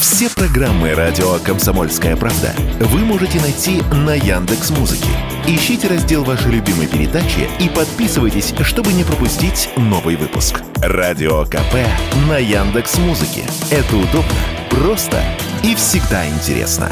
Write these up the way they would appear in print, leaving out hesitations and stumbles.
Все программы радио «Комсомольская правда» вы можете найти на Яндекс.Музыке. Ищите раздел вашей любимой передачи и подписывайтесь, чтобы не пропустить новый выпуск. Радио КП на Яндекс.Музыке. Это удобно, просто и всегда интересно.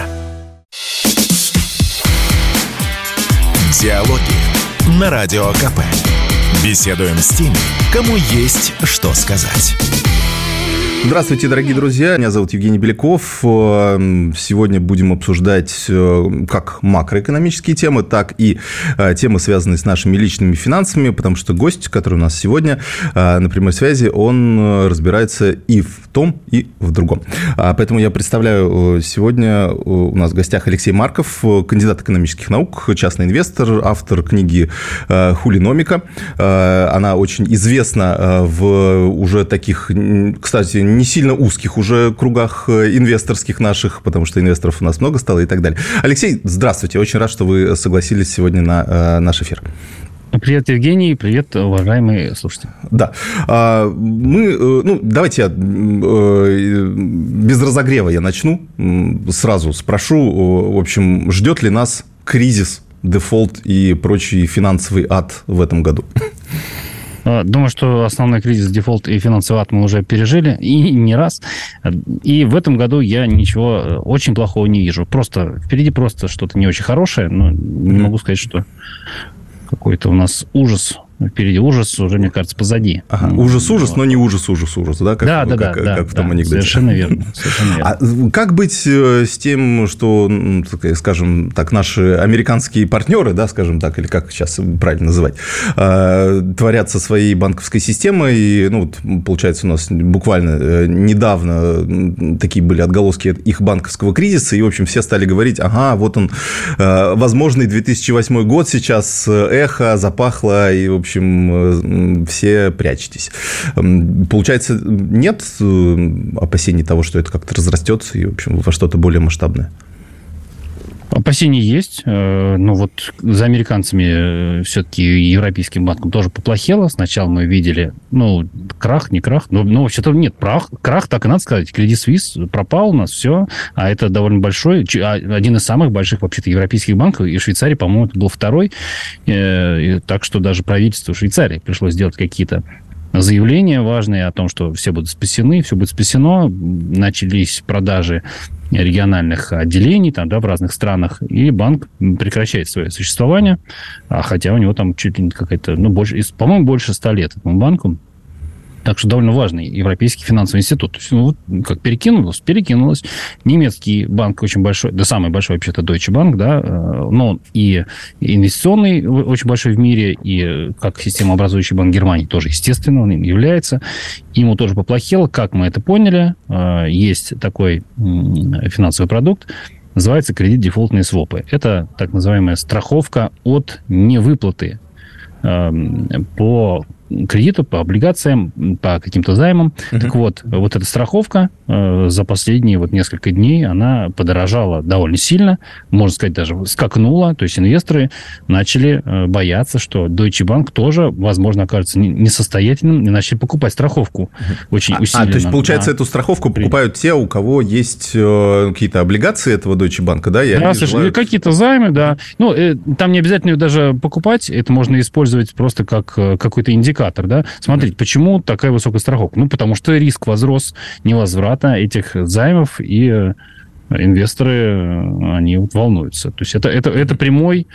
Диалоги на Радио КП. Беседуем с теми, кому есть что сказать. Здравствуйте, дорогие друзья. Меня зовут Евгений Беляков. Сегодня будем обсуждать как макроэкономические темы, так и темы, связанные с нашими личными финансами, потому что гость, который у нас сегодня на прямой связи, он разбирается и в том, и в другом. Поэтому я представляю сегодня у нас в гостях Алексей Марков, кандидат экономических наук, частный инвестор, автор книги «Хулиномика». Она очень известна в уже таких, кстати, не сильно узких уже кругах инвесторских наших, потому что инвесторов у нас много стало и так далее. Алексей, здравствуйте. Очень рад, что вы согласились сегодня на наш эфир. Привет, Евгений. Привет, уважаемые слушатели. Да. Давайте я без разогрева я начну. Сразу спрошу, в общем, ждет ли нас кризис, дефолт и прочий финансовый ад в этом году? Думаю, что основной кризис, дефолт и финансовый ад мы уже пережили, и не раз. И в этом году я ничего очень плохого не вижу. Впереди что-то не очень хорошее, но не могу сказать, что какой-то у нас ужас. Впереди ужас уже, мне кажется, позади. Ага. Ужас-ужас, но не ужас-ужас, да? Как в том анекдоте. Совершенно верно. А как быть с тем, что, скажем так, наши американские партнеры, да, скажем так, или как сейчас правильно называть, творят со своей банковской системой? И, получается, у нас буквально недавно такие были отголоски их банковского кризиса, и, в общем, все стали говорить, вот он, возможный 2008 год сейчас, эхо запахло, и, в общем, все прячетесь. Получается, нет опасений того, что это как-то разрастется и, в общем, во что-то более масштабное? Опасения есть, но вот за американцами все-таки европейским банкам тоже поплохело. Сначала мы видели, крах, не крах, но вообще-то нет, крах, так и надо сказать. Credit Suisse пропал у нас, все, а это довольно большой, один из самых больших вообще-то европейских банков, и в Швейцарии, по-моему, это был второй, так что даже правительству Швейцарии пришлось сделать какие-то заявления важные о том, что все будут спасены, все будет спасено. Начались продажи региональных отделений в разных странах, и банк прекращает свое существование, хотя у него там чуть ли не какая-то, по-моему, больше 100 лет этому банку. Так что довольно важный европейский финансовый институт. То есть, как перекинулось. Немецкий банк очень большой, да самый большой вообще-то Deutsche Bank, да, но и инвестиционный очень большой в мире, и как системообразующий банк Германии тоже, естественно, он им является. Ему тоже поплохело. Как мы это поняли? Есть такой финансовый продукт, называется кредит-дефолтные свопы. Это так называемая страховка от невыплаты по кредиту, по облигациям, по каким-то займам. Так вот эта страховка за последние несколько дней, она подорожала довольно сильно, можно сказать, даже скакнула. То есть инвесторы начали бояться, что Deutsche Bank тоже, возможно, окажется несостоятельным, и начали покупать страховку очень усиленно. То есть, получается, эту страховку покупают те, у кого есть какие-то облигации этого Deutsche Bank, да? Да, совершенно. Какие-то займы, да. Там не обязательно ее даже покупать, это можно использовать просто как какой-то индикатор. Да? Смотрите, почему такая высокая страховка? Потому что риск возрос невозврата этих займов, и инвесторы, они волнуются. То есть это прямой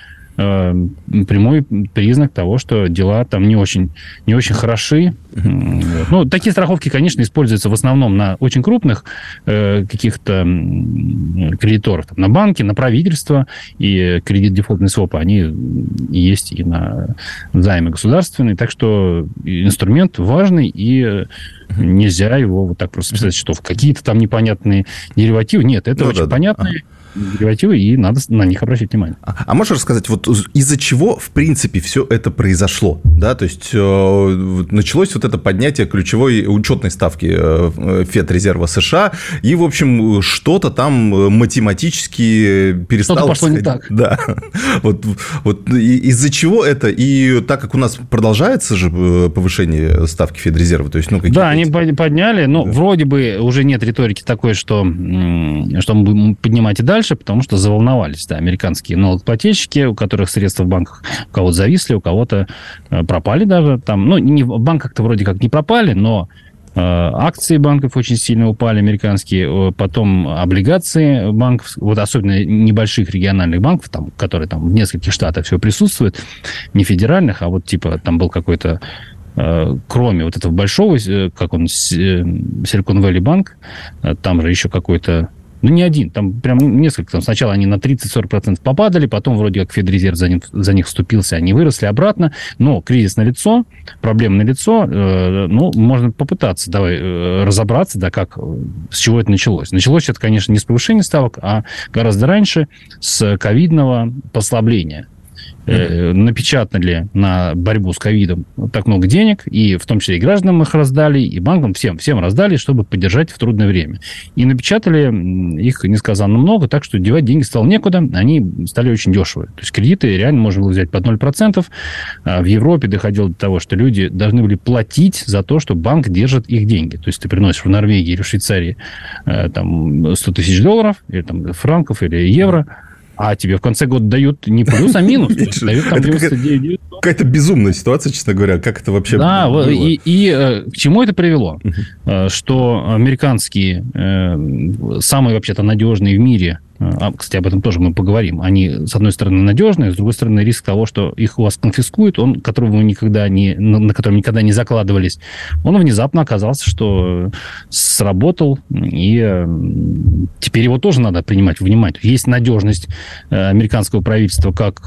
признак того, что дела там не очень хороши. Такие страховки, конечно, используются в основном на очень крупных каких-то кредиторов, на банки, на правительство, и кредит-дефолтные свопы, они есть и на займы государственные, так что инструмент важный, и нельзя его вот так просто писать, что в какие-то там непонятные деривативы. Нет, это очень понятные деривативы, и надо на них обращать внимание. А можешь рассказать, вот из-за чего, в принципе, все это произошло? Да, то есть началось вот это поднятие ключевой учетной ставки Федрезерва США, и, в общем, что-то там математически перестало... Что-то пошло не так. Да. Вот из-за чего это? И так как у нас продолжается же повышение ставки Федрезерва, то есть, да, они подняли, но вроде бы уже нет риторики такой, что мы будем поднимать и дальше, потому что заволновались, да, американские налогоплательщики, у которых средства в банках у кого-то зависли, у кого-то пропали даже там. Не в банках-то вроде как не пропали, но акции банков очень сильно упали, американские, потом облигации банков, вот особенно небольших региональных банков, там, которые там в нескольких штатах все присутствуют, не федеральных, а вот типа там был какой-то кроме вот этого большого, как он, Silicon Valley Bank, там же еще какой-то, не один, там прям несколько. Там сначала они на 30-40% попадали, потом вроде как Федрезерв за них вступился, они выросли обратно, но кризис налицо, проблема налицо, можно попытаться разобраться, да, с чего это началось. Началось это, конечно, не с повышения ставок, а гораздо раньше, с ковидного послабления. Напечатали на борьбу с ковидом так много денег, и в том числе и гражданам их раздали, и банкам, всем раздали, чтобы поддержать в трудное время. И напечатали их несказанно много, так что девать деньги стало некуда, они стали очень дешевые. То есть кредиты реально можно было взять под 0%. В Европе доходило до того, что люди должны были платить за то, что банк держит их деньги. То есть ты приносишь в Норвегии или в Швейцарии там, $100 тысяч, или там, франков, или евро, а тебе в конце года дают не плюс, а минус. Дают там 99. Какая-то безумная ситуация, честно говоря. Как это вообще было? Да, и к чему это привело? Что американские, самые вообще-то надежные в мире, кстати, об этом тоже мы поговорим, они, с одной стороны, надежные, с другой стороны, риск того, что их у вас конфискуют, на котором никогда не закладывались, он внезапно оказался, что сработал, и теперь его тоже надо принимать во внимание. Есть надежность американского правительства как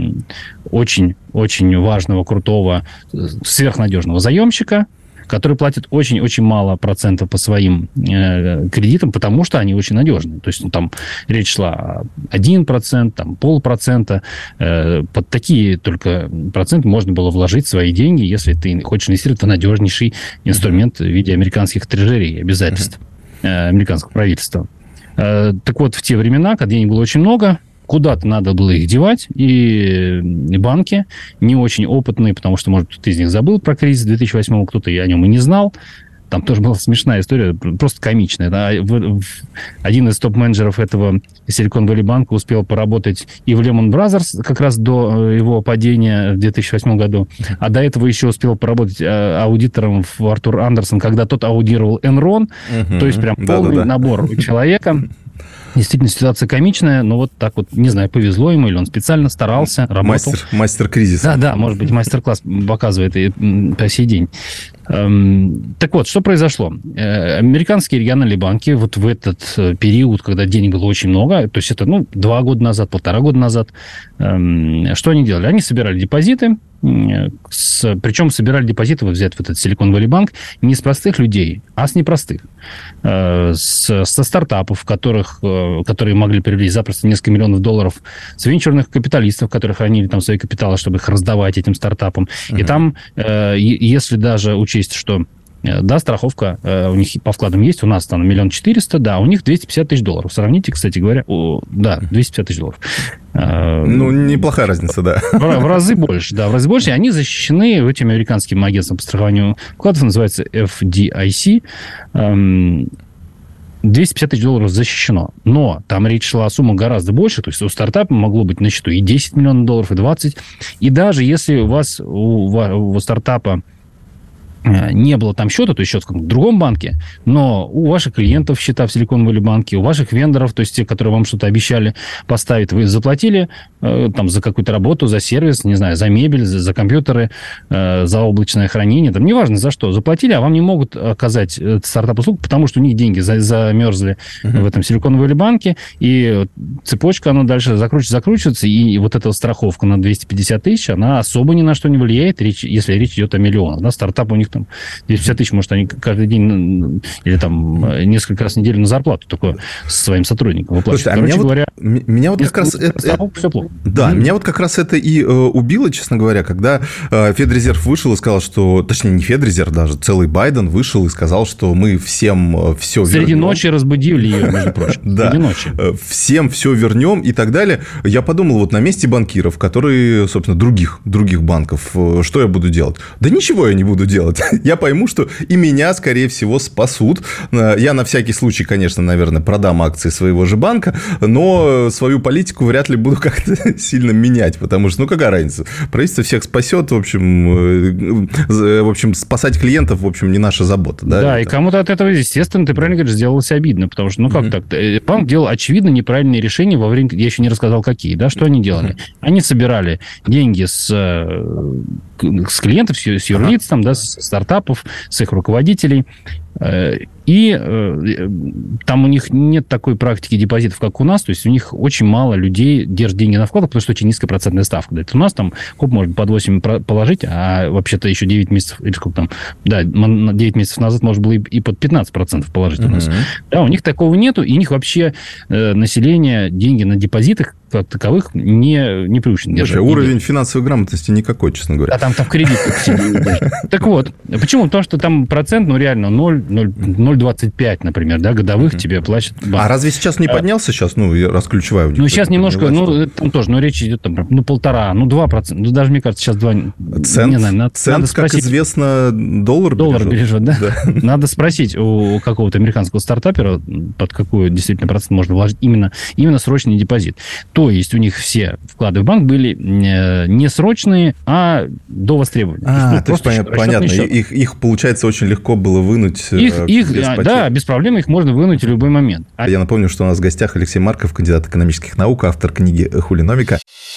очень важного, крутого, сверхнадежного заемщика, который платит очень-очень мало процентов по своим кредитам, потому что они очень надежные. То есть там речь шла 1%, там 0,5%. Под такие только проценты можно было вложить свои деньги, если ты хочешь инвестировать в надежнейший инструмент в виде американских трежерей, обязательств американского правительства. Так вот, в те времена, когда денег было очень много, куда-то надо было их девать, и банки не очень опытные, потому что, может, кто-то из них забыл про кризис 2008-го, кто-то о нем и не знал. Там тоже была смешная история, просто комичная. Да? Один из топ-менеджеров этого Silicon Valley Bank успел поработать и в Lehman Brothers как раз до его падения в 2008 году, а до этого еще успел поработать аудитором в Артур Андерсон, когда тот аудировал Enron, то есть прям полный набор у человека. Действительно, ситуация комичная, но вот так вот, не знаю, повезло ему, или он специально старался, работал. Мастер кризиса. Да, может быть, мастер-класс показывает и по сей день. Так вот, что произошло? Американские региональные банки вот в этот период, когда денег было очень много, то есть это 2 года назад, 1,5 года назад, что они делали? Они собирали депозиты, причем собирали депозиты, вот взять в этот Silicon Valley Bank, не с простых людей, а с непростых. Со стартапов, которые могли привлечь запросто несколько миллионов долларов, с венчурных капиталистов, которые хранили там свои капиталы, чтобы их раздавать этим стартапам. И там, если даже учесть, что да, страховка у них по вкладам есть, у нас там 1 400 000, да, у них $250 тысяч. Сравните, кстати говоря, $250 тысяч. Неплохая разница, да. В разы больше, да, в разы больше. И они защищены этим американским агентством по страхованию вкладов, называется FDIC. $250 тысяч защищено. Но там речь шла о суммах гораздо больше. То есть у стартапа могло быть на счету и $10 миллионов, и 20. И даже если у стартапа не было там счета, то есть счет в каком-то другом банке, но у ваших клиентов счета в Silicon Valley банке, у ваших вендоров, то есть те, которые вам что-то обещали поставить, вы заплатили там за какую-то работу, за сервис, не знаю, за мебель, за компьютеры, за облачное хранение, там неважно за что, заплатили, а вам не могут оказать стартап-услугу, потому что у них деньги замерзли в этом Silicon Valley банке, и цепочка, она дальше закручивается, и вот эта страховка на 250 тысяч, она особо ни на что не влияет, если речь идет о миллионах. Да? Стартап у них там 250 тысяч, может, они каждый день или там несколько раз в неделю на зарплату только своим сотрудникам выплачивают. Короче говоря, меня вот как раз это... Все плохо. Да, меня вот как раз это и убило, честно говоря, когда Федрезерв вышел и сказал, что... Точнее, не Федрезерв даже, целый Байден вышел и сказал, что мы всем все вернем. Среди ночи разбудили ее, между прочим. Да, среди ночи. Всем все вернем и так далее. Я подумал, вот на месте банкиров, которые, собственно, других банков, что я буду делать? Да ничего я не буду делать. Я пойму, что и меня, скорее всего, спасут. Я на всякий случай, конечно, наверное, продам акции своего же банка, но свою политику вряд ли буду как-то сильно менять, потому что, какая разница? Правительство всех спасет, в общем, спасать клиентов, в общем, не наша забота. Да, и кому-то от этого, естественно, ты правильно говоришь, сделалось обидно, потому что, как так? Банк делал, очевидно, неправильные решения во время, я еще не рассказал, какие, да, что они делали. Они собирали деньги с клиентов, с юрлиц, там, да, с стартапов, с их руководителей, и там у них нет такой практики депозитов, как у нас, то есть у них очень мало людей держат деньги на вкладах, потому что очень низкая процентная ставка. Это у нас там сколько можно под 8 положить, а вообще-то еще 9 месяцев, или сколько там, да, 9 месяцев назад можно было и под 15% положить у нас. Да, у них такого нету, и у них вообще население деньги на депозитах как таковых не приучено держать. Уровень финансовой грамотности никакой, честно говоря. А там в кредитах сидели. Так вот, почему? Потому что там процент, реально 0,25, например, да, годовых тебе платят банк. А разве сейчас не поднялся сейчас? Раз ключевая аудитория. Сейчас немножко, там тоже, речь идет там 1,5, 2%. Даже, мне кажется, сейчас 2... Цент, как известно, доллар бережет, да? Надо спросить у какого-то американского стартапера, под какой действительно процент можно вложить именно срочный депозит. То есть у них все вклады в банк были не срочные, а до востребования. То есть понятно. Их, получается, очень легко было вынуть. Да, без проблем их можно вынуть в любой момент. Я напомню, что у нас в гостях Алексей Марков, кандидат экономических наук, автор книги «Хулиномика».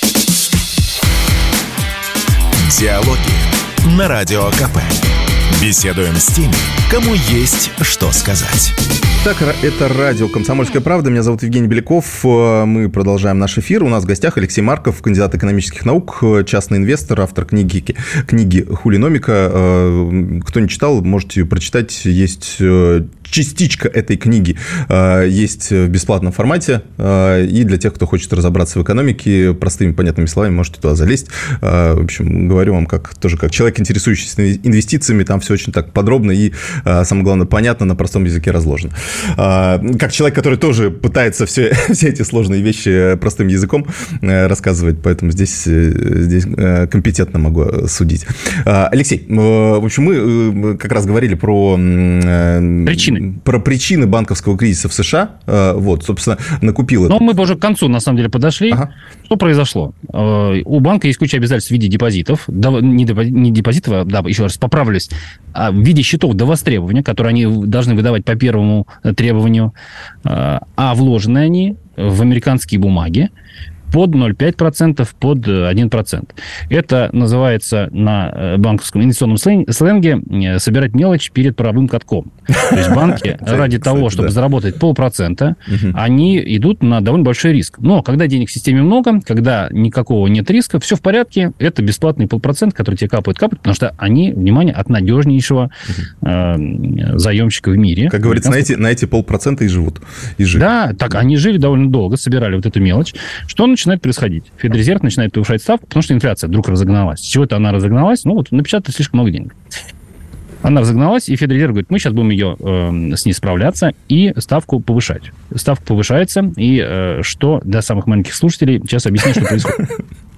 Диалоги на Радио КП. Беседуем с теми, кому есть что сказать. Так, это радио «Комсомольская правда». Меня зовут Евгений Беляков. Мы продолжаем наш эфир. У нас в гостях Алексей Марков, кандидат экономических наук, частный инвестор, автор книги «Хулиномика». Кто не читал, можете ее прочитать. Есть частичка этой книги есть в бесплатном формате. И для тех, кто хочет разобраться в экономике, простыми понятными словами, можете туда залезть. В общем, говорю вам, как человек, интересующийся инвестициями, там все очень так подробно и, самое главное, понятно, на простом языке разложено. Как человек, который тоже пытается все эти сложные вещи простым языком рассказывать, поэтому здесь компетентно могу судить. Алексей, в общем, мы как раз говорили про причины банковского кризиса в США. Вот, собственно, накупил... Но мы уже к концу, на самом деле, подошли. Ага. Что произошло? У банка есть куча обязательств в виде депозитов. Не депозитов, еще раз поправлюсь, а в виде счетов до востребования, которые они должны выдавать по первому требованию. А вложены они в американские бумаги под 0,5%, под 1%. Это называется на банковском инвестиционном сленге собирать мелочь перед правым катком. То есть банки ради того, чтобы заработать 0,5%, они идут на довольно большой риск. Но когда денег в системе много, когда никакого нет риска, все в порядке, это бесплатный 0,5%, который тебе капает, потому что они, внимание, от надежнейшего заемщика в мире. Как говорится, на эти 0,5% и живут. Да, так они жили довольно долго, собирали вот эту мелочь. Что начинает происходить? Федрезерв начинает повышать ставку, потому что инфляция вдруг разогналась. С чего-то она разогналась, напечатали слишком много денег. Она разогналась, и Федрезерв говорит, мы сейчас будем с ней справляться и ставку повышать. Ставка повышается, и что для самых маленьких слушателей, сейчас объясню, что происходит.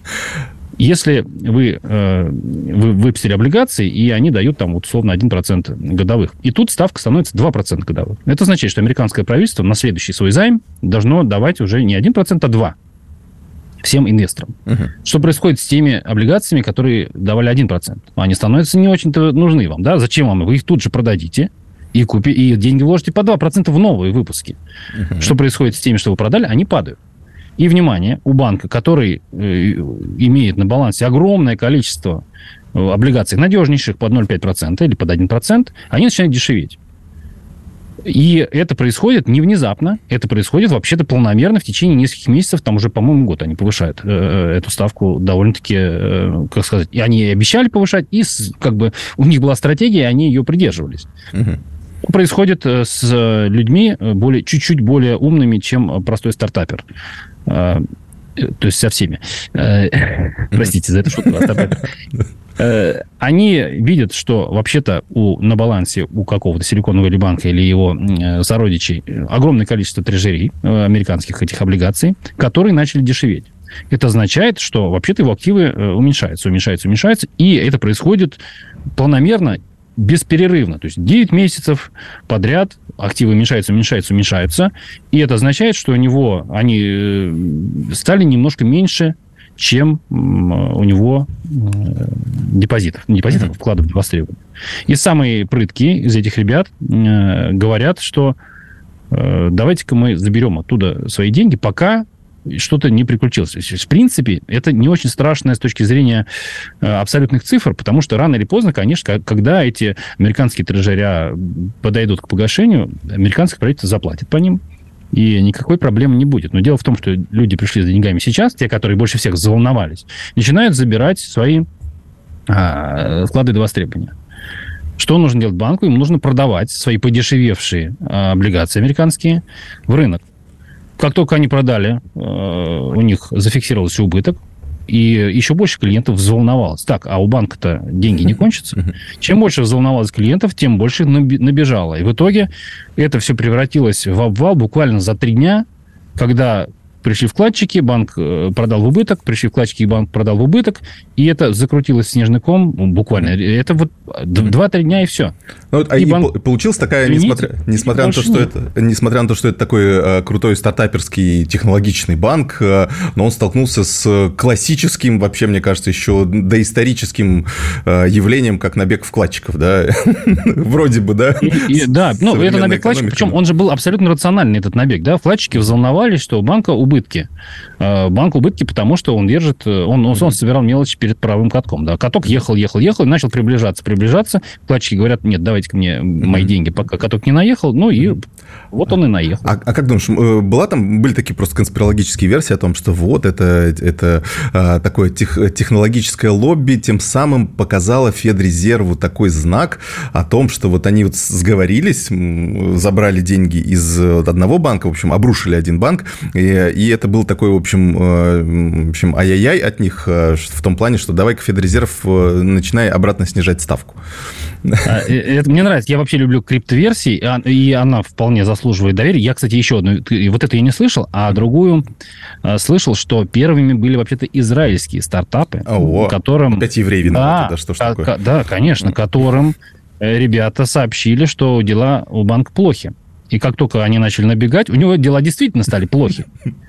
Если вы выпустили облигации, и они дают там условно 1% годовых, и тут ставка становится 2% годовых. Это означает, что американское правительство на следующий свой займ должно давать уже не 1%, а 2% всем инвесторам. Что происходит с теми облигациями, которые давали 1%? Они становятся не очень-то нужны вам. Да? Зачем вам? Вы их тут же продадите и деньги вложите по 2% в новые выпуски. Что происходит с теми, что вы продали? Они падают. И, внимание, у банка, который имеет на балансе огромное количество облигаций, надежнейших под 0,5% или под 1%, они начинают дешеветь. И это происходит не внезапно, это происходит вообще-то планомерно в течение нескольких месяцев, там уже, по-моему, год они повышают эту ставку довольно-таки, как сказать, и они обещали повышать, и как бы у них была стратегия, и они ее придерживались. Происходит с людьми чуть-чуть более умными, чем простой стартапер. То есть со всеми. Простите за эту шутку о стартапе. Они видят, что вообще-то на балансе у какого-то силиконового банка или его сородичей огромное количество трежерей американских этих облигаций, которые начали дешеветь. Это означает, что вообще-то его активы уменьшаются, и это происходит планомерно, бесперерывно. То есть 9 месяцев подряд активы уменьшаются, и это означает, что они стали немножко меньше, чем у него депозитов, вкладов востребованных. И самые прыткие из этих ребят говорят, что давайте-ка мы заберем оттуда свои деньги, пока что-то не приключилось. То есть, в принципе, это не очень страшно с точки зрения абсолютных цифр, потому что рано или поздно, конечно, когда эти американские трежеря подойдут к погашению, американское правительство заплатит по ним, и никакой проблемы не будет. Но дело в том, что люди пришли за деньгами сейчас, те, которые больше всех заволновались, начинают забирать свои вклады до востребования. Что нужно делать банку? Им нужно продавать свои подешевевшие облигации американские в рынок. Как только они продали, у них зафиксировался убыток, и еще больше клиентов взволновалось. Так, а у банка-то деньги не кончатся? Чем больше взволновалось клиентов, тем больше набежало. И в итоге это все превратилось в обвал буквально за 3 дня, когда пришли вкладчики, банк продал в убыток, банк продал в убыток, и это закрутилось снежный ком буквально. Это вот 2-3 дня, и все. Ну, и получилась такая, несмотря на то, что это такой крутой стартаперский технологичный банк, но он столкнулся с классическим, вообще, мне кажется, еще доисторическим явлением, как набег вкладчиков, да? Вроде бы, да? Да, ну, это набег вкладчиков, причем он же был абсолютно рациональный, этот набег, да? Вкладчики взволновались, что у банка убытки. Банк убытки, потому что он держит... Он собирал мелочь перед правым катком. Да. Каток ехал и начал приближаться. Вкладчики говорят, нет, давайте-ка мне мои деньги, пока каток не наехал. Ну, и вот он и наехал. А как думаешь, были такие просто конспирологические версии о том, что вот это такое технологическое лобби тем самым показало Федрезерву такой знак о том, что вот они вот сговорились, забрали деньги из одного банка, в общем, обрушили один банк, и это был такой, в общем, ай-яй-яй от них в том плане, что давай-ка Федрезерв начинай обратно снижать ставку. Это мне нравится. Я вообще люблю криптоверсии, и она вполне заслуживает доверия. Я, кстати, еще одну, вот это я не слышал, а другую слышал, что первыми были вообще-то израильские стартапы, которым... Опять евреи виноваты, что ж такое? Да, конечно, которым ребята сообщили, что дела у банка плохи. И как только они начали набегать, у него дела действительно стали плохи.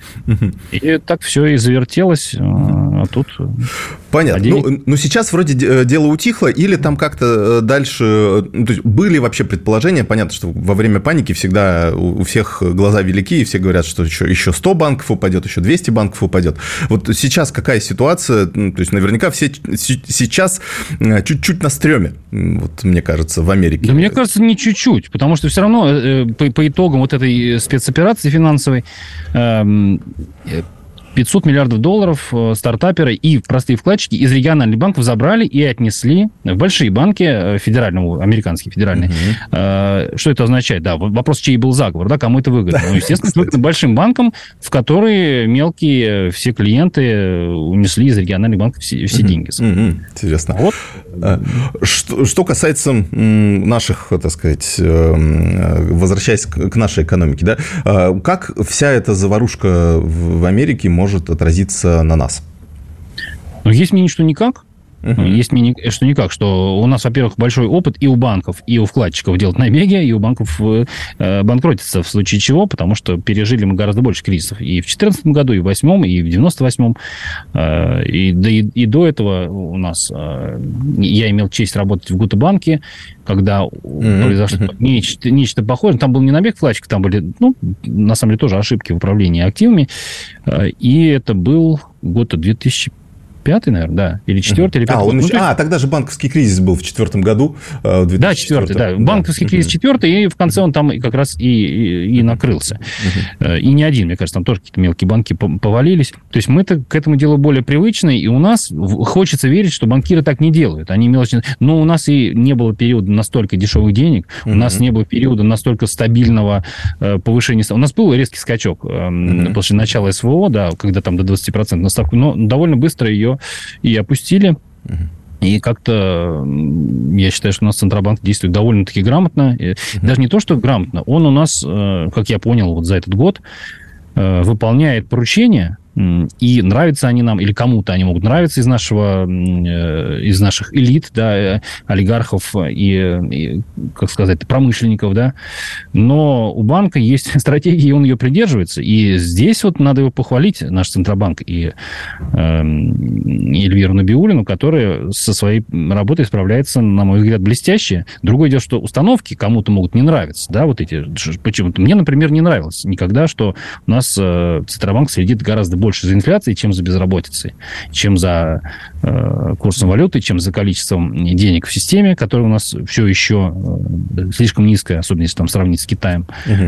И так все и завертелось, а тут... Понятно. Ну, сейчас вроде дело утихло, или там как-то дальше... То есть были вообще предположения, понятно, что во время паники всегда у всех глаза велики, и все говорят, что еще 100 банков упадет, еще 200 банков упадет. Вот сейчас какая ситуация? То есть наверняка все сейчас чуть-чуть на стреме, вот мне кажется, в Америке. Да, мне кажется, не чуть-чуть, потому что все равно... По итогам вот этой спецоперации финансовой 500 миллиардов долларов стартаперы и простые вкладчики из региональных банков забрали и отнесли в большие банки, американские федеральные. Что это означает? Да, вопрос, чей был заговор, да, кому это выгодно. Ну, естественно, выгодно большим банкам, в которые мелкие все клиенты унесли из региональных банков все деньги. Интересно. Вот. Что касается наших, так сказать, возвращаясь к нашей экономике, да, как вся эта заварушка в Америке может отразиться на нас? Ну, есть мнение, что никак. Есть мнение, что никак, что у нас, во-первых, большой опыт и у банков, и у вкладчиков делать набеги, и у банков банкротиться в случае чего, потому что пережили мы гораздо больше кризисов и в 2014 году, и в 2008, и в 98-м. И до этого у нас... Я имел честь работать в Гутебанке, когда произошло нечто похожее. Там был не набег вкладчиков, там были, на самом деле, тоже ошибки в управлении активами. И это был год 2005 пятый, наверное, да, или четвертый, или пятый. Тогда же банковский кризис был в 2004 году. Да, четвертый, да. Банковский кризис четвертый, и в конце он там как раз и накрылся. И не один, мне кажется, там тоже какие-то мелкие банки повалились. То есть мы-то к этому делу более привычны, и у нас хочется верить, что банкиры так не делают. Они мелочно... Но у нас и не было периода настолько дешевых денег, у нас не было периода настолько стабильного повышения... У нас был резкий скачок после начала СВО, да, когда там до 20% на ставку, но довольно быстро ее и опустили. И как-то я считаю, что у нас Центробанк действует довольно-таки грамотно. Даже не то, что грамотно, он у нас, как я понял, вот за этот год выполняет поручения, и нравятся они нам, или кому-то они могут нравиться из наших элит, да, олигархов и, как сказать, промышленников, да, но у банка есть стратегия, и он ее придерживается, и здесь вот надо его похвалить, наш Центробанк, и Эльвиру Набиуллину, которая со своей работой справляется, на мой взгляд, блестяще. Другое дело, что установки кому-то могут не нравиться, да, вот эти, почему-то. Мне, например, не нравилось никогда, что у нас Центробанк следит гораздо больше за инфляцией, чем за безработицей, чем за курсом валюты, чем за количеством денег в системе, которое у нас все еще слишком низкое, особенно если там сравнить с Китаем.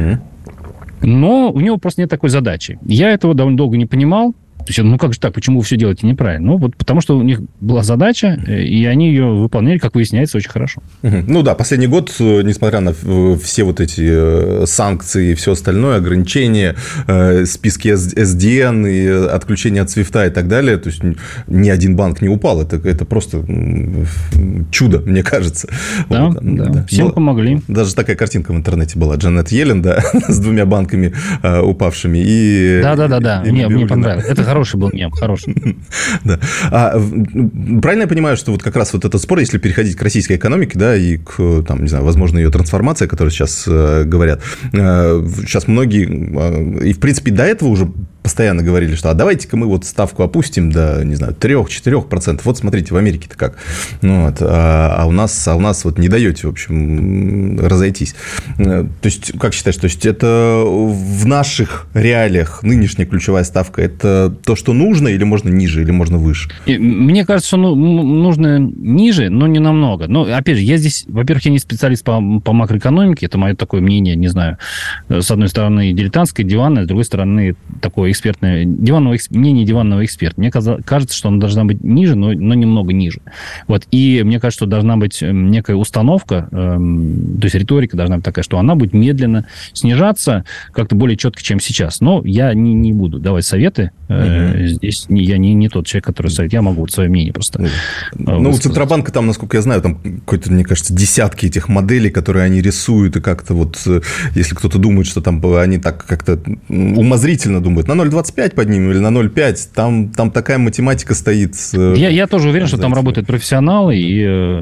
Но у него просто нет такой задачи. Я этого довольно долго не понимал. То есть, ну как же так, почему вы все делаете неправильно? Ну, вот потому что у них была задача, и они ее выполняли, как выясняется, очень хорошо. Ну да, последний год, несмотря на все вот эти санкции и все остальное, ограничения, списки SDN и отключение от SWIFT и так далее, то есть ни один банк не упал. Это просто чудо, мне кажется. Да, вот, да. Всем помогли. Даже такая картинка в интернете была. Джанет Йеллен, да, с двумя банками упавшими. Да. Мне понравилось. Это хороший был мем, хороший. Да. Правильно я понимаю, что вот как раз вот этот спор, если переходить к российской экономике, да, и к, там, не знаю, возможно, ее трансформации, о которой сейчас говорят, сейчас многие, и, в принципе, до этого уже постоянно говорили, что давайте-ка мы вот ставку опустим до, не знаю, 3-4%. Вот смотрите, в Америке-то как. Ну, вот, а у нас вот не даете, в общем, разойтись. То есть, как считаешь, то есть это в наших реалиях нынешняя ключевая ставка – это то, что нужно, или можно ниже, или можно выше? Мне кажется, что нужно ниже, но не намного. Но, опять же, я здесь, во-первых, я не специалист по макроэкономике, это мое такое мнение, не знаю, с одной стороны дилетантское, диванное, с другой стороны такое экспертное, мнение диванного эксперта. Мне кажется, что она должна быть ниже, но немного ниже. Вот. И мне кажется, что должна быть некая установка, то есть риторика должна быть такая, что она будет медленно снижаться как-то более четко, чем сейчас. Но я не буду давать советы. Здесь я не тот человек, который совет. Я могу вот свое мнение просто у Центробанка там, насколько я знаю, там какой-то, мне кажется, десятки этих моделей, которые они рисуют, и как-то вот, если кто-то думает, что там они так как-то умозрительно думают, на 0,25 поднимем или на 0,5, там такая математика стоит. Я тоже уверен, что там работают профессионалы, и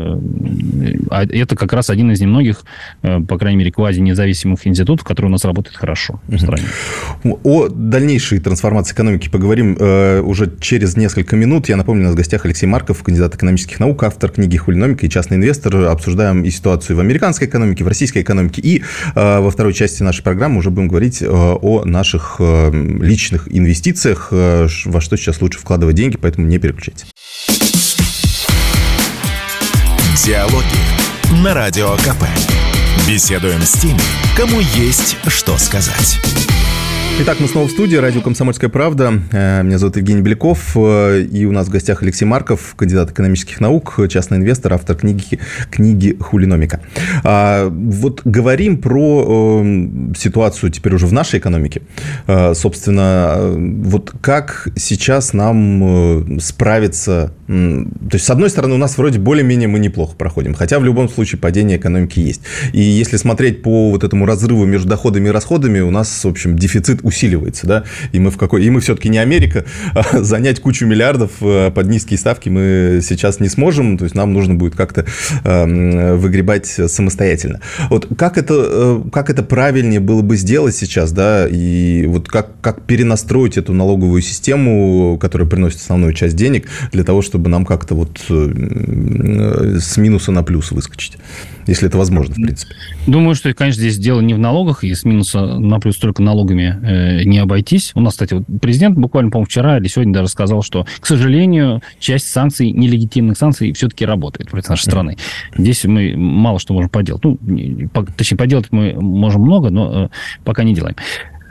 это как раз один из немногих, по крайней мере, квази-независимых институтов, который у нас работает хорошо в стране. О дальнейшей трансформации экономики поговорим уже через несколько минут. Я напомню, у нас в гостях Алексей Марков, кандидат экономических наук, автор книги «Хулиномика» и частный инвестор. Обсуждаем и ситуацию в американской экономике, в российской экономике. И во второй части нашей программы уже будем говорить о наших личных инвестициях, во что сейчас лучше вкладывать деньги, поэтому не переключайтесь. Диалоги на Радио КП. Беседуем с теми, кому есть что сказать. Итак, мы снова в студии, радио «Комсомольская правда». Меня зовут Евгений Беляков, и у нас в гостях Алексей Марков, кандидат экономических наук, частный инвестор, автор книги «Хулиномика». Вот говорим про ситуацию теперь уже в нашей экономике. Собственно, вот как сейчас нам справиться... То есть, с одной стороны, у нас вроде более-менее мы неплохо проходим, хотя в любом случае падение экономики есть. И если смотреть по вот этому разрыву между доходами и расходами, у нас, в общем, дефицит усиливается, да, и мы все-таки не Америка, занять кучу миллиардов под низкие ставки мы сейчас не сможем, то есть нам нужно будет как-то выгребать самостоятельно. Вот как это правильнее было бы сделать сейчас, да, и вот как перенастроить эту налоговую систему, которая приносит основную часть денег, для того, чтобы чтобы нам как-то вот с минуса на плюс выскочить, если это возможно, в принципе. Думаю, что, конечно, здесь дело не в налогах, и с минуса на плюс только налогами не обойтись. У нас, кстати, вот президент буквально, по-моему, вчера или сегодня даже сказал, что, к сожалению, часть санкций, нелегитимных санкций, все-таки работает против нашей страны. Здесь мы мало что можем поделать. Ну, точнее, поделать мы можем много, но пока не делаем.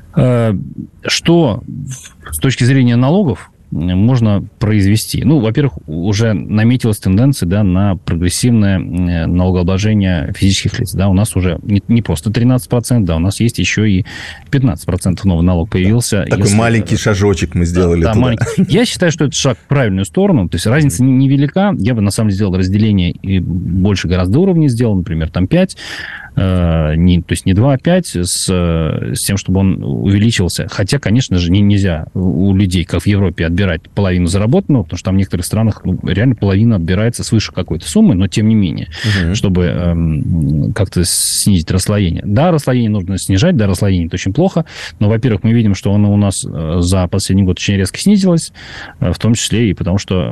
Что с точки зрения налогов можно произвести? Ну, во-первых, уже наметилась тенденция, да, на прогрессивное налогообложение физических лиц. Да, у нас уже не просто 13%, да, у нас есть еще и 15% новый налог появился. Такой маленький шажочек мы сделали туда. Маленький. Я считаю, что это шаг в правильную сторону. То есть разница невелика. Я бы, на самом деле, сделал разделение и больше гораздо уровней сделал, например, там 5. То есть не 2, а 5, с тем, чтобы он увеличился. Хотя, конечно же, нельзя у людей, как в Европе, отбирать половину заработанного, потому что там в некоторых странах реально половина отбирается свыше какой-то суммы, но тем не менее, чтобы как-то снизить расслоение. Да, расслоение нужно снижать, да, расслоение это очень плохо, но, во-первых, мы видим, что оно у нас за последний год очень резко снизилось, в том числе и потому, что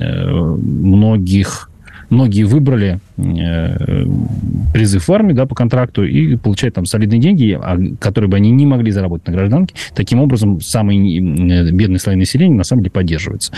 многие выбрали призыв в армию, да, по контракту и получают там солидные деньги, которые бы они не могли заработать на гражданке. Таким образом, самые бедные слои населения на самом деле поддерживаются.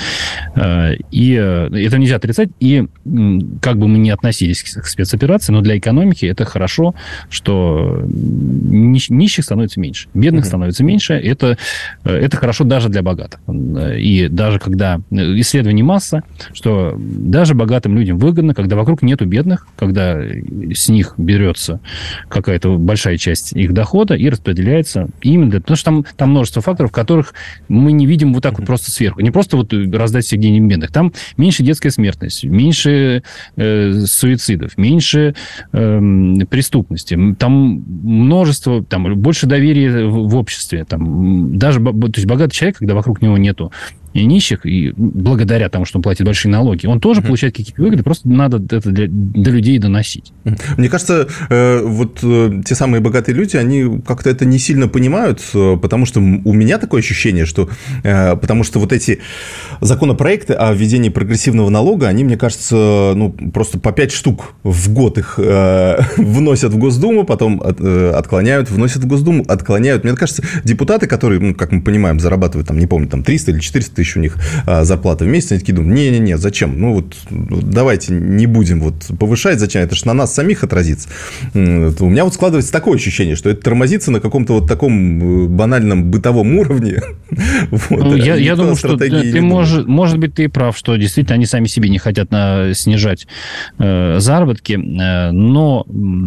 И это нельзя отрицать. И как бы мы ни относились к спецоперации, но для экономики это хорошо, что нищих становится меньше, бедных становится меньше. Это хорошо даже для богатых. И даже когда исследований масса, что даже богатым людям выгодно, когда вокруг нету бедных, когда с них берется какая-то большая часть их дохода и распределяется именно для... Потому что там множество факторов, которых мы не видим вот так вот просто сверху. Не просто вот раздать всех денег бедных. Там меньше детская смертность, меньше суицидов, меньше преступности. Там множество, там больше доверия в обществе. Там даже, то есть богатый человек, когда вокруг него нету и нищих, и благодаря тому, что он платит большие налоги, он тоже получает какие-то выгоды, просто надо это до людей доносить. Мне кажется, вот те самые богатые люди, они как-то это не сильно понимают, потому что у меня такое ощущение, что потому что вот эти законопроекты о введении прогрессивного налога, они, мне кажется, ну, просто по 5 штук в год их вносят в Госдуму, потом отклоняют, вносят в Госдуму, отклоняют. Мне кажется, депутаты, которые, ну, как мы понимаем, зарабатывают, там, не помню, там 300 или 400 тысяч у них зарплата в месяц, они такие думают, не-не-не, зачем? Ну, вот давайте не будем вот повышать, зачем? Это же на нас самих отразится. У меня вот складывается такое ощущение, что это тормозится на каком-то вот таком банальном бытовом уровне. Ну, я думаю, что ты, может быть, ты прав, что действительно они сами себе не хотят снижать заработки, но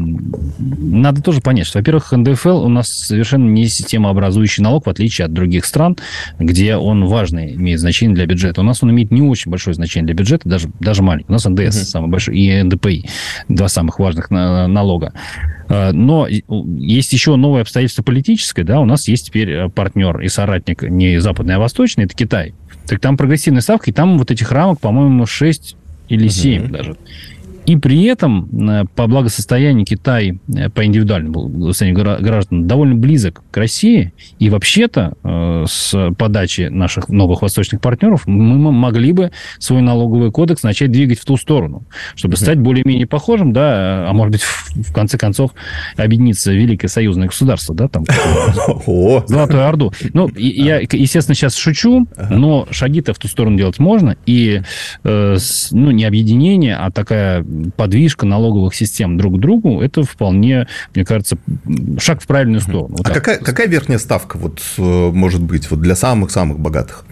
надо тоже понять, что, во-первых, НДФЛ у нас совершенно не системообразующий налог, в отличие от других стран, где он важный, имеет значение для бюджета. У нас он имеет не очень большое значение для бюджета, даже маленький. У нас НДС самый большой и НДПИ, два самых важных налога. Но есть еще новое обстоятельство политическое, да, у нас есть теперь партнер и соратник не западный, а восточный, это Китай. Так там прогрессивная ставка, и там вот этих рамок, по-моему, 6 или 7 даже. И при этом по благосостоянию Китай, по индивидуальному благосостоянию граждан, довольно близок к России. И вообще-то с подачи наших новых восточных партнеров мы могли бы свой налоговый кодекс начать двигать в ту сторону, чтобы стать более-менее похожим, да, а может быть, в конце концов, объединиться великое союзное государство, да, там, Золотую Орду. Ну, я, естественно, сейчас шучу, но шаги-то в ту сторону делать можно. И, ну, не объединение, а такая подвижка налоговых систем друг к другу, это вполне, мне кажется, шаг в правильную сторону. Вот какая верхняя ставка вот, может быть вот для самых-самых богатых?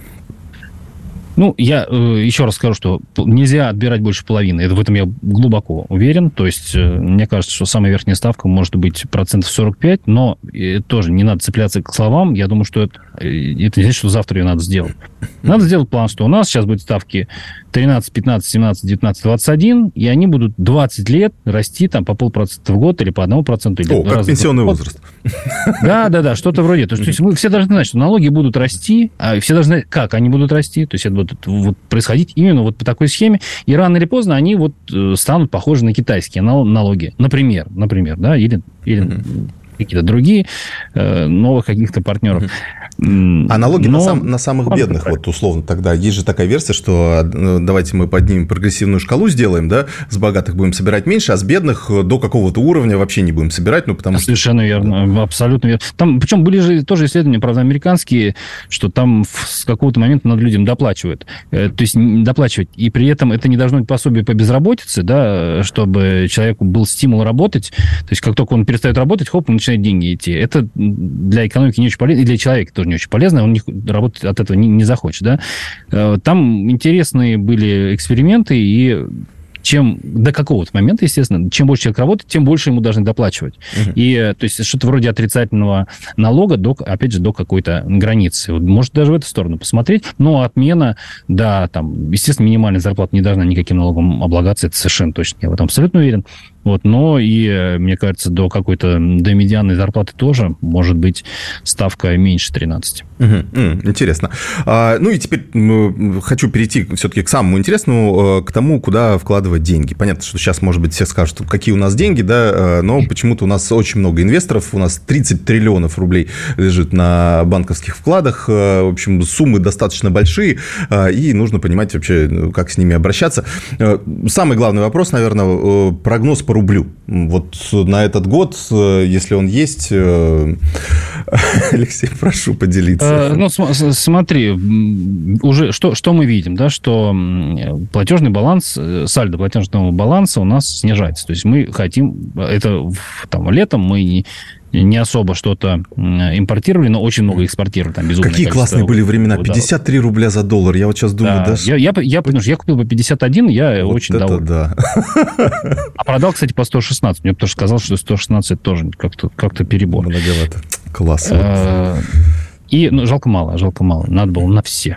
Ну, я еще раз скажу, что нельзя отбирать больше половины. В этом я глубоко уверен. То есть, мне кажется, что самая верхняя ставка может быть 45%, но тоже не надо цепляться к словам. Я думаю, что это не значит, что завтра ее надо сделать. Надо сделать план, что у нас сейчас будут ставки 13, 15, 17, 19, 21, и они будут 20 лет расти там по 0,5% в год или по 1%. Или как пенсионный возраст. Да, что-то вроде. То есть мы все должны знать, что налоги будут расти, а все должны знать, как они будут расти. То есть это будет вот происходить именно вот по такой схеме. И рано или поздно они вот станут похожи на китайские налоги. Например, да, или какие-то другие, новых каких-то партнеров. А налоги на самых бедных, вот условно тогда, есть же такая версия, что давайте мы поднимем прогрессивную шкалу, сделаем, да, с богатых будем собирать меньше, а с бедных до какого-то уровня вообще не будем собирать, ну, потому что... Совершенно верно, абсолютно верно. Там, причем были же тоже исследования, правда, американские, что там с какого-то момента над людям доплачивают. То есть доплачивать, и при этом это не должно быть пособие по безработице, да, чтобы человеку был стимул работать. То есть как только он перестает работать, хоп, начинают деньги идти. Это для экономики не очень полезно, и для человека тоже не очень полезно, он работать от этого не захочет, да. Там интересные были эксперименты, и до какого-то момента, естественно, чем больше человек работает, тем больше ему должны доплачивать. И, то есть, что-то вроде отрицательного налога, опять же, до какой-то границы. Вот, может, даже в эту сторону посмотреть. Но отмена, да, там, естественно, минимальная зарплата не должна никаким налогом облагаться, это совершенно точно, я в этом абсолютно уверен. Вот, но и, мне кажется, до медианной зарплаты тоже может быть ставка меньше 13. Интересно. Ну и теперь хочу перейти все-таки к самому интересному, к тому, куда вкладывать деньги. Понятно, что сейчас, может быть, все скажут, какие у нас деньги, да, но почему-то у нас очень много инвесторов, у нас 30 триллионов рублей лежит на банковских вкладах, в общем, суммы достаточно большие, и нужно понимать вообще, как с ними обращаться. Самый главный вопрос, наверное, прогноз по рублю. Вот на этот год, если он есть, Алексей, прошу поделиться. Ну, смотри, уже что мы видим, да, что платежный баланс, сальдо платежного баланса у нас снижается. То есть мы хотим, это там летом мы не особо что-то импортировали, но очень много экспортировали. Там безумное Какие классные были времена. 53 рубля за доллар. Я вот сейчас думаю, да. Я купил по 51, я вот очень доволен. Да. А продал, кстати, по 116. Мне тоже сказал, что 116 тоже как-то перебор. Многовато. Класс. И жалко мало. Надо было на все.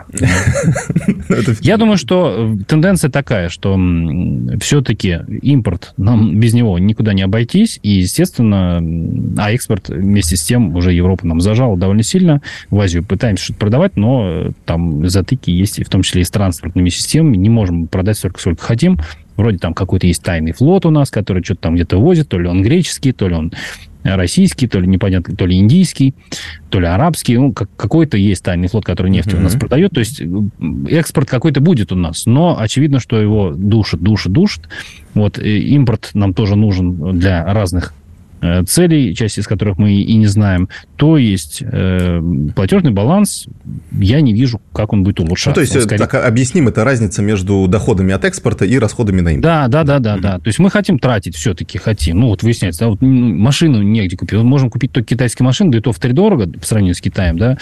Я думаю, что тенденция такая, что все-таки импорт, нам без него никуда не обойтись. И, естественно, экспорт вместе с тем уже Европа нам зажала довольно сильно. В Азию пытаемся что-то продавать, но там затыки есть, и в том числе и с транспортными системами. Не можем продать столько, сколько хотим. Вроде там какой-то есть тайный флот у нас, который что-то там где-то возит. То ли он греческий, то ли он российский, то ли непонятно, то ли индийский, то ли арабский. Ну, какой-то есть тайный флот, который нефть у нас продает. То есть экспорт какой-то будет у нас. Но очевидно, что его душит. Вот импорт нам тоже нужен для разных целей, часть из которых мы и не знаем. То есть платежный баланс, я не вижу, как он будет улучшаться. Ну, то есть, так объясним, это разница между доходами от экспорта и расходами на импорт. Да. То есть мы хотим тратить, все-таки хотим. Ну, вот выясняется, да, вот машину негде купить. Мы можем купить только китайские машины, да и то втридорого по сравнению с Китаем, да.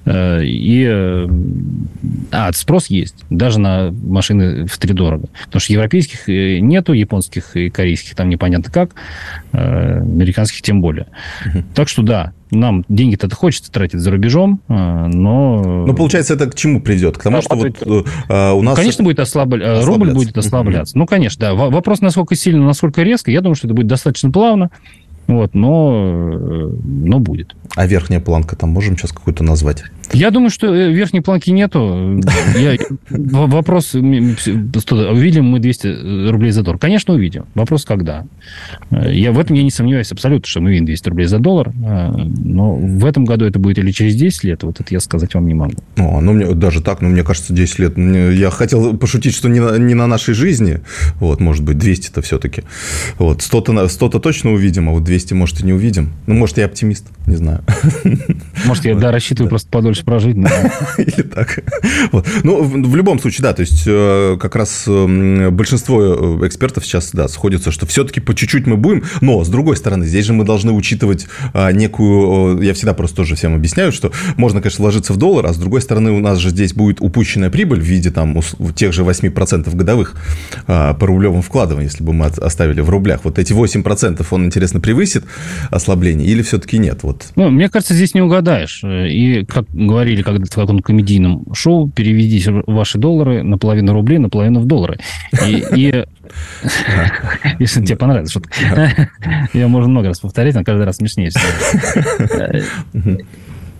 Спрос есть. Даже на машины втридорого. Потому что европейских нету, японских и корейских там непонятно как. Американских тем более. Так что да, нам деньги-то хочется тратить за рубежом, но... Ну, получается, это к чему придет? К тому, что вот у нас... Конечно, будет рубль будет ослабляться. Ну, конечно, да. Вопрос, насколько сильно, насколько резко. Я думаю, что это будет достаточно плавно. Вот, но будет. А верхняя планка там можем сейчас какую-то назвать? Я думаю, что верхней планки нету. Вопрос, увидим мы 200 рублей за доллар? Конечно, увидим. Вопрос, когда. В этом я не сомневаюсь абсолютно, что мы увидим 200 рублей за доллар. Но в этом году это будет или через 10 лет, вот это я сказать вам не могу. Даже так, мне кажется, 10 лет. Я хотел пошутить, что не на нашей жизни. Вот, может быть, 200-то все-таки. Вот, 100-то точно увидим, а вот 200, может, и не увидим. Ну, может, я оптимист, не знаю. Может, я, рассчитываю просто подольше прожить. Или так. Вот. Ну, в любом случае, да, то есть как раз большинство экспертов сейчас, да, сходятся, что все-таки по чуть-чуть мы будем, но, с другой стороны, здесь же мы должны учитывать некую, я всегда просто тоже всем объясняю, что можно, конечно, вложиться в доллар, а с другой стороны, у нас же здесь будет упущенная прибыль в виде там тех же 8% годовых по рублевым вкладываниям, если бы мы оставили в рублях. Вот эти 8% он, интересно, превысит ослабление или все-таки нет? Вот. Ну, мне кажется, здесь не угадаешь. И, как говорили когда-то в каком-то комедийном шоу, переведите ваши доллары наполовину рублей, наполовину в доллары. И если тебе понравилась шутка. Ее можно много раз повторять, но каждый раз смешнее.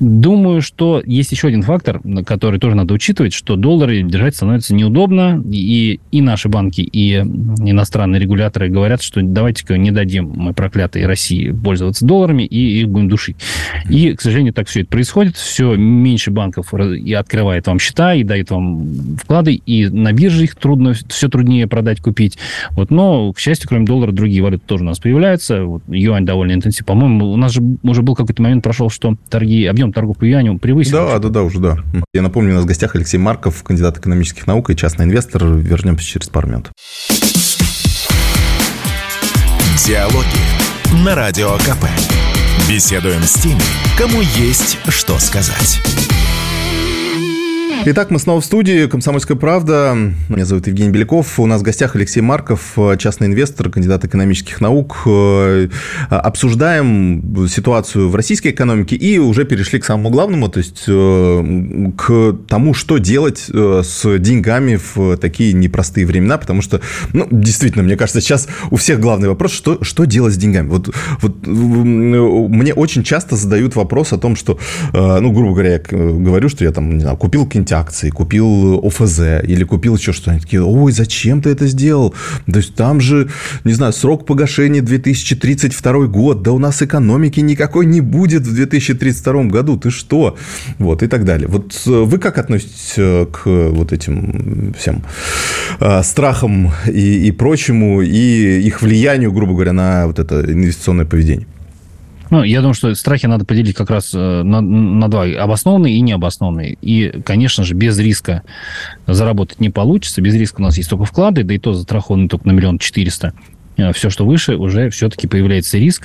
Думаю, что есть еще один фактор, который тоже надо учитывать, что доллары держать становится неудобно, и наши банки, и иностранные регуляторы говорят, что давайте-ка не дадим мы проклятой России пользоваться долларами, и их будем душить. И, к сожалению, так все это происходит. Все меньше банков и открывает вам счета, и дает вам вклады, и на бирже их все труднее продать, купить. Вот. Но, к счастью, кроме доллара, другие валюты тоже у нас появляются. Вот. Юань довольно интенсивный. По-моему, у нас же уже был какой-то момент прошел, что объем торгов по юаню превысил. Да. Я напомню, у нас в гостях Алексей Марков, кандидат экономических наук и частный инвестор. Вернемся через пару минут. Диалоги на Радио КП. Беседуем с теми, кому есть что сказать. Итак, мы снова в студии «Комсомольская правда». Меня зовут Евгений Беляков. У нас в гостях Алексей Марков, частный инвестор, кандидат экономических наук. Обсуждаем ситуацию в российской экономике и уже перешли к самому главному, то есть к тому, что делать с деньгами в такие непростые времена, потому что, действительно, мне кажется, сейчас у всех главный вопрос, что делать с деньгами. Вот мне очень часто задают вопрос о том, что, грубо говоря, я говорю, что я там, не знаю, купил какие-нибудь акции, купил ОФЗ или купил еще что-нибудь. Такие: ой, зачем ты это сделал? То есть там же, не знаю, срок погашения 2032 год, да у нас экономики никакой не будет в 2032 году, ты что? Вот, и так далее. Вот вы как относитесь к вот этим всем страхам и прочему, и их влиянию, грубо говоря, на вот это инвестиционное поведение? Я думаю, что страхи надо поделить как раз на два: обоснованные и необоснованные. И, конечно же, без риска заработать не получится. Без риска у нас есть только вклады, да и то застрахованы только на 1 400 000. Все, что выше, уже все-таки появляется риск.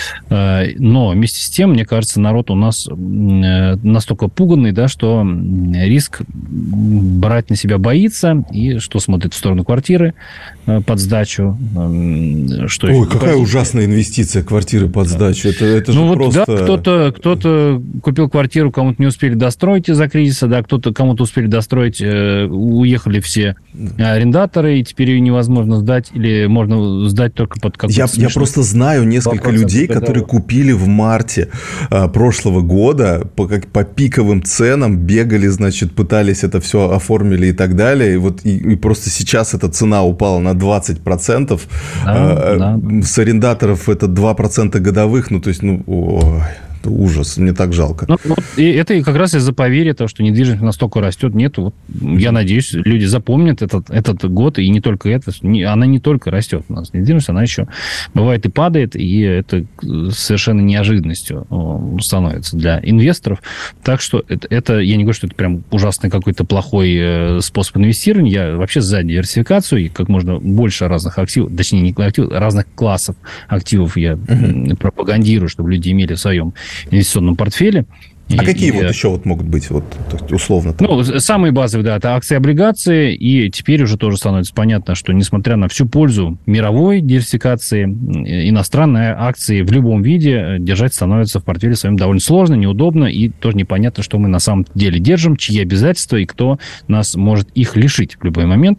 Но вместе с тем, мне кажется, народ у нас настолько пуганный, да, что риск брать на себя боится, и что смотрит в сторону квартиры под сдачу. Ой, какая ужасная инвестиция, квартиры под сдачу. Это же просто... Да, кто-то купил квартиру, кому-то не успели достроить из-за кризиса, да, кому-то успели достроить, уехали все арендаторы, и теперь ее невозможно сдать, или можно сдать только под какой-то... Я просто знаю несколько людей, которые купили в марте прошлого года по пиковым ценам, бегали, значит, пытались это все оформили и так далее. И просто сейчас эта цена упала на 20%. Да. С арендаторов это 2% годовых. То есть, ужас, мне так жалко. И это как раз из-за поверья того, что недвижимость настолько растет. Я надеюсь, люди запомнят этот год, и не только это. Она не только растет у нас. Недвижимость, она еще бывает и падает, и это совершенно неожиданностью становится для инвесторов. Так что это я не говорю, что это прям ужасный какой-то плохой способ инвестирования. Я вообще за диверсификацию, и как можно больше разных активов, точнее, не активов, разных классов активов я пропагандирую, чтобы люди имели в своем инвестиционном портфеле. Какие еще могут быть, условно? Самые базовые, да, это акции, облигации, и теперь уже тоже становится понятно, что несмотря на всю пользу мировой диверсификации, иностранные акции в любом виде держать становится в портфеле своем довольно сложно, неудобно, и тоже непонятно, что мы на самом деле держим, чьи обязательства, и кто нас может их лишить в любой момент.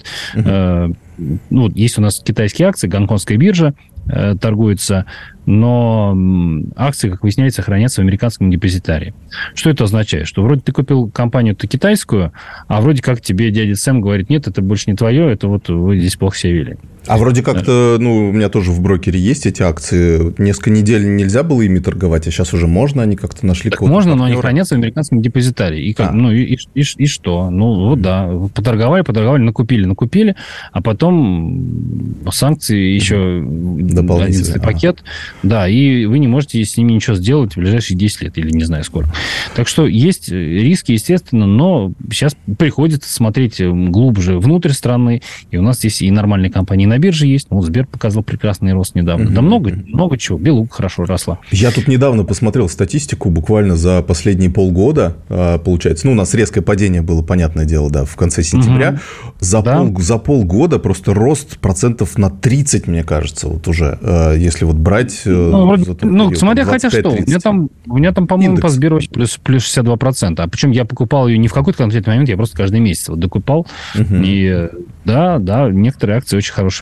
Есть у нас китайские акции, гонконгская биржа торгуется, но акции, как выясняется, хранятся в американском депозитарии. Что это означает? Что вроде ты купил компанию-то китайскую, а вроде как тебе дядя Сэм говорит: нет, это больше не твое, это вы здесь плохо себя вели. А вроде как-то, у меня тоже в брокере есть эти акции. Несколько недель нельзя было ими торговать, а сейчас уже можно, они как-то нашли кого-то. Можно, партнера. Но они хранятся в американском депозитарии. И что? Да, поторговали, накупили, а потом санкции еще 11-й пакет. Да, и вы не можете с ними ничего сделать в ближайшие 10 лет, или не знаю сколько. Так что есть риски, естественно, но сейчас приходится смотреть глубже внутрь страны, и у нас здесь и нормальные компании на бирже есть. Сбер показал прекрасный рост недавно. Да много чего. Белуга хорошо росла. Я тут недавно посмотрел статистику, буквально за последние полгода, получается. У нас резкое падение было, понятное дело, да, в конце сентября. За полгода просто рост процентов на 30, мне кажется, уже, если брать... смотря хотя что. У меня там, по-моему, по Сберу плюс 62%. А причем я покупал ее не в какой-то конкретный момент, я просто каждый месяц докупал. И да, некоторые акции очень хорошие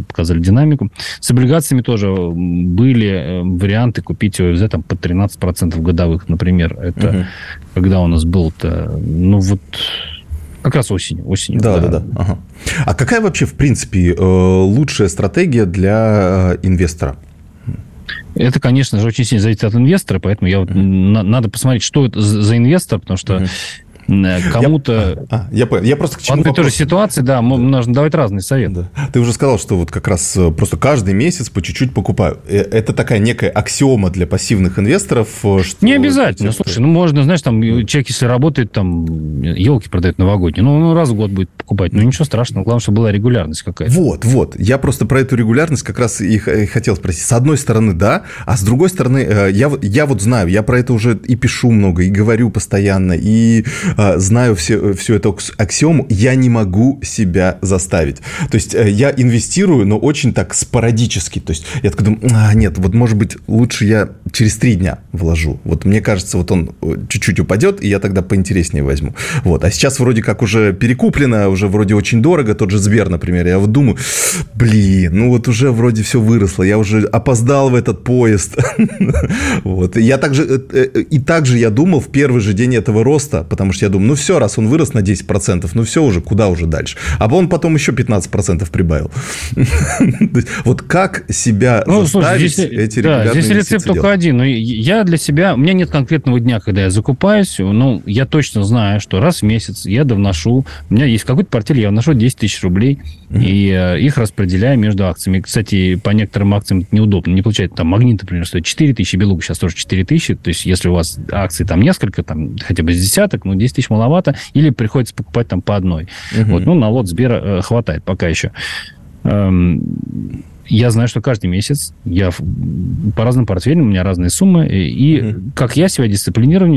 показали динамику. С облигациями тоже были варианты купить ОФЗ там, под 13% годовых, например. Это когда у нас был-то, как раз осенью. Да. Ага. А какая вообще, в принципе, лучшая стратегия для инвестора? Это, конечно же, очень сильно зависит от инвестора, поэтому надо посмотреть, что это за инвестор, потому что кому-то... Я понял. Я просто к чему в той же ситуации, нужно давать разные советы. Да. Ты уже сказал, что вот как раз просто каждый месяц по чуть-чуть покупаю. Это такая некая аксиома для пассивных инвесторов. Что... Не обязательно. Слушай, можно, знаешь, там человек, если работает, там, елки продает новогодние, раз в год будет покупать. Ничего страшного. Главное, чтобы была регулярность какая-то. Вот. Я просто про эту регулярность как раз и хотел спросить. С одной стороны, да, а с другой стороны, я вот знаю, я про это уже и пишу много, и говорю постоянно, и знаю всю эту аксиому, я не могу себя заставить. То есть я инвестирую, но очень так спорадически. То есть я такой думаю, нет, вот может быть лучше я через 3 дня вложу. Вот мне кажется, вот он чуть-чуть упадет, и я тогда поинтереснее возьму. Вот. А сейчас вроде как уже перекуплено, уже вроде очень дорого, тот же Сбер, например. Я вот думаю, вот уже вроде все выросло, я уже опоздал в этот поезд. Вот. И также я думал в первый же день этого роста, потому что я думаю, все, раз он вырос на 10%, все уже, куда уже дальше? А он потом еще 15% прибавил. Вот как себя заставить эти регулярные здесь рецепт только один. Я для себя, у меня нет конкретного дня, когда я закупаюсь, я точно знаю, что раз в месяц я довношу, у меня есть какой-то портфель, я вношу 10 тысяч рублей, и их распределяю между акциями. Кстати, по некоторым акциям это неудобно. Не получается, там, Магнит, например, стоит 4 тысячи, Белуга сейчас тоже 4 тысячи, то есть, если у вас акций там несколько, там, хотя бы с десяток, 10 тысяч маловато, или приходится покупать там по одной. На лот Сбера хватает пока еще. Я знаю, что каждый месяц я по разным портфелям, у меня разные суммы, и как я себя дисциплинирую,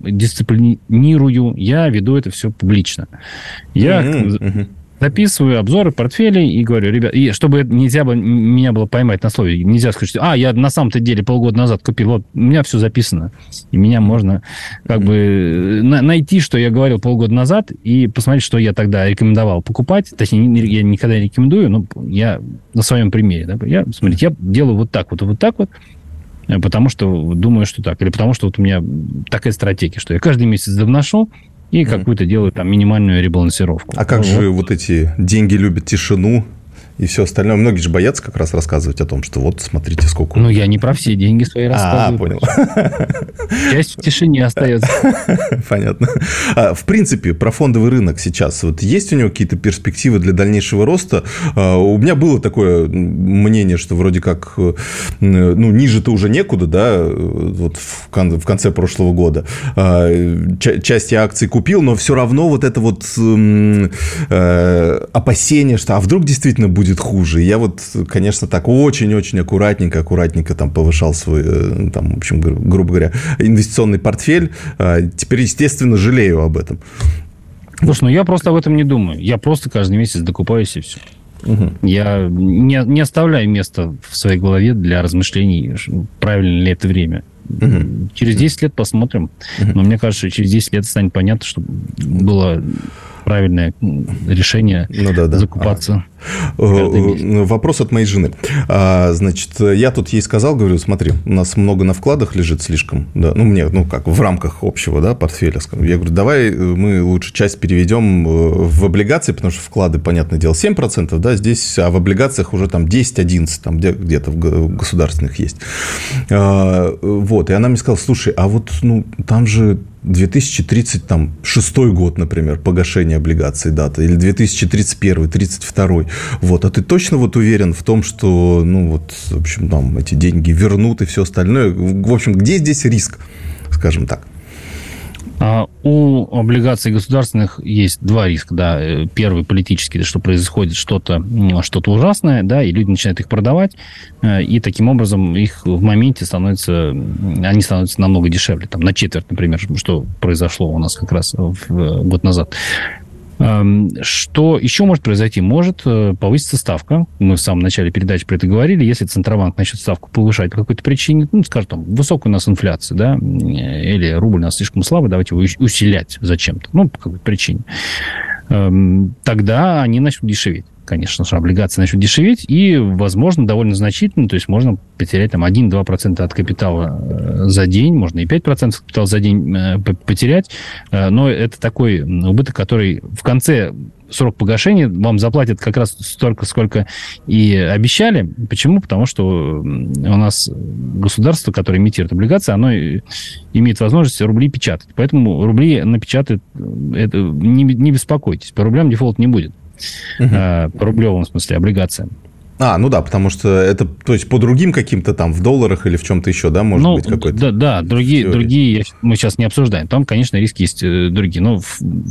я веду это все публично. Я записываю обзоры портфелей и говорю, ребят, и чтобы нельзя меня было поймать на слове, нельзя сказать, что я на самом-то деле полгода назад купил, вот у меня все записано, и меня можно найти, что я говорил полгода назад, и посмотреть, что я тогда рекомендовал покупать, точнее, я никогда не рекомендую, но я на своем примере, я делаю вот так вот, потому что думаю, что так, или потому что вот у меня такая стратегия, что я каждый месяц довношу, и какую-то делают там минимальную ребалансировку. А как же вот эти деньги любят тишину и все остальное? Многие же боятся как раз рассказывать о том, что вот смотрите, сколько... я не про все деньги свои рассказываю. Понял. Часть в тишине остается. Понятно. В принципе, про фондовый рынок сейчас. Вот есть у него какие-то перспективы для дальнейшего роста? У меня было такое мнение, что вроде как ниже-то уже некуда, да, вот в конце прошлого года. Часть я акций купил, но все равно вот это вот опасение, что а вдруг действительно будет хуже. Я вот, конечно, так очень-очень аккуратненько там повышал свой, там, в общем, грубо говоря, инвестиционный портфель. Теперь, естественно, жалею об этом. Слушай, я просто об этом не думаю. Я просто каждый месяц докупаюсь, и все. Я не оставляю места в своей голове для размышлений, правильно ли это время. Через 10 лет посмотрим. Но мне кажется, что через 10 лет станет понятно, что было правильное решение закупаться. Вопрос от моей жены. Значит, я тут ей сказал, говорю, смотри, у нас много на вкладах лежит слишком, да, в рамках общего, да, портфеля. Я говорю, давай мы лучше часть переведем в облигации, потому что вклады, понятное дело, 7%, да, здесь, а в облигациях уже там 10-11, там где-то в государственных есть. Вот, и она мне сказала, слушай, а вот, там же 2036 год, например, погашение облигаций дата, или 2031, 32. Вот, а ты точно вот уверен в том, что, в общем, там эти деньги вернут и все остальное? В общем, где здесь риск, скажем так? У облигаций государственных есть два риска. Да. Первый политический, что происходит что-то ужасное, да, и люди начинают их продавать, и таким образом их в моменте они становятся намного дешевле, там, на четверть, например, что произошло у нас как раз год назад. Что еще может произойти? Может повыситься ставка. Мы в самом начале передачи про это говорили. Если Центробанк начнет ставку повышать по какой-то причине, скажем, там, высокая у нас инфляция, да, или рубль у нас слишком слабый, давайте его усилять зачем-то, по какой-то причине, тогда они начнут дешеветь. конечно же, облигации начнут дешеветь, и, возможно, довольно значительно, то есть можно потерять там 1-2% от капитала за день, можно и 5% от капитала за день потерять, но это такой убыток, который в конце срок погашения вам заплатят как раз столько, сколько и обещали. Почему? Потому что у нас государство, которое имитирует облигации, оно имеет возможность рубли печатать. Поэтому рубли напечатают, это, не беспокойтесь, по рублям дефолт не будет. По рублевым, в смысле, облигациям. Ну да, потому что это, то есть, по другим каким-то там в долларах или в чем-то еще, да, может быть, какой-то... Да, другие мы сейчас не обсуждаем. Там, конечно, риски есть другие. Но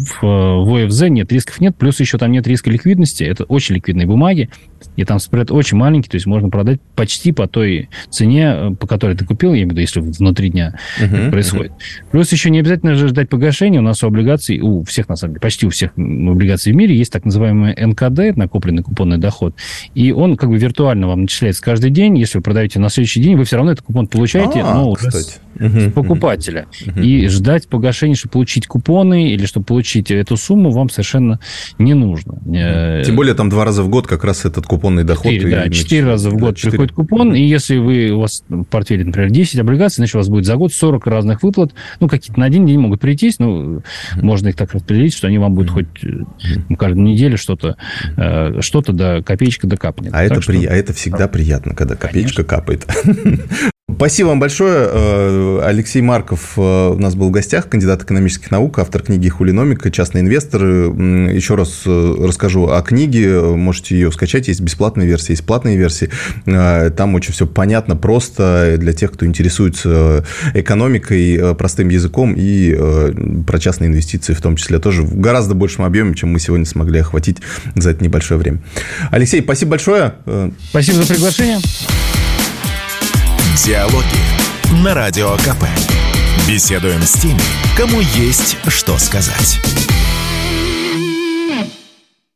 в ОФЗ ОФЗ нет, плюс еще там нет риска ликвидности. Это очень ликвидные бумаги, и там спред очень маленький, то есть можно продать почти по той цене, по которой ты купил, я имею в виду, если внутри дня это происходит. Плюс еще не обязательно ждать погашения. У нас у облигаций, у всех, на самом деле, почти у всех облигаций в мире есть так называемый НКД, накопленный купонный доход, и он как бы виртуально вам начисляется каждый день. Если вы продаете на следующий день, вы все равно этот купон получаете, но уже с покупателя. И ждать погашения, чтобы получить купоны или чтобы получить эту сумму, вам совершенно не нужно. Тем более, там 2 раза в год как раз этот купонный доход. 4 раза в год приходит купон, и если у вас в портфеле, например, 10 облигаций, значит, у вас будет за год 40 разных выплат. Какие-то на один день могут прийтись, можно их так распределить, что они вам будут хоть каждую неделю что-то до копеечка докапнет. Это всегда приятно, когда копеечка капает. Спасибо вам большое. Алексей Марков у нас был в гостях, кандидат экономических наук, автор книги «Хулиномика», частный инвестор. Еще раз расскажу о книге. Можете ее скачать. Есть бесплатные версии, есть платные версии. Там очень все понятно, просто для тех, кто интересуется экономикой, простым языком и про частные инвестиции в том числе. Тоже в гораздо большем объеме, чем мы сегодня смогли охватить за это небольшое время. Алексей, спасибо большое. Спасибо за приглашение. Диалоги на Радио КП. Беседуем с теми, кому есть что сказать.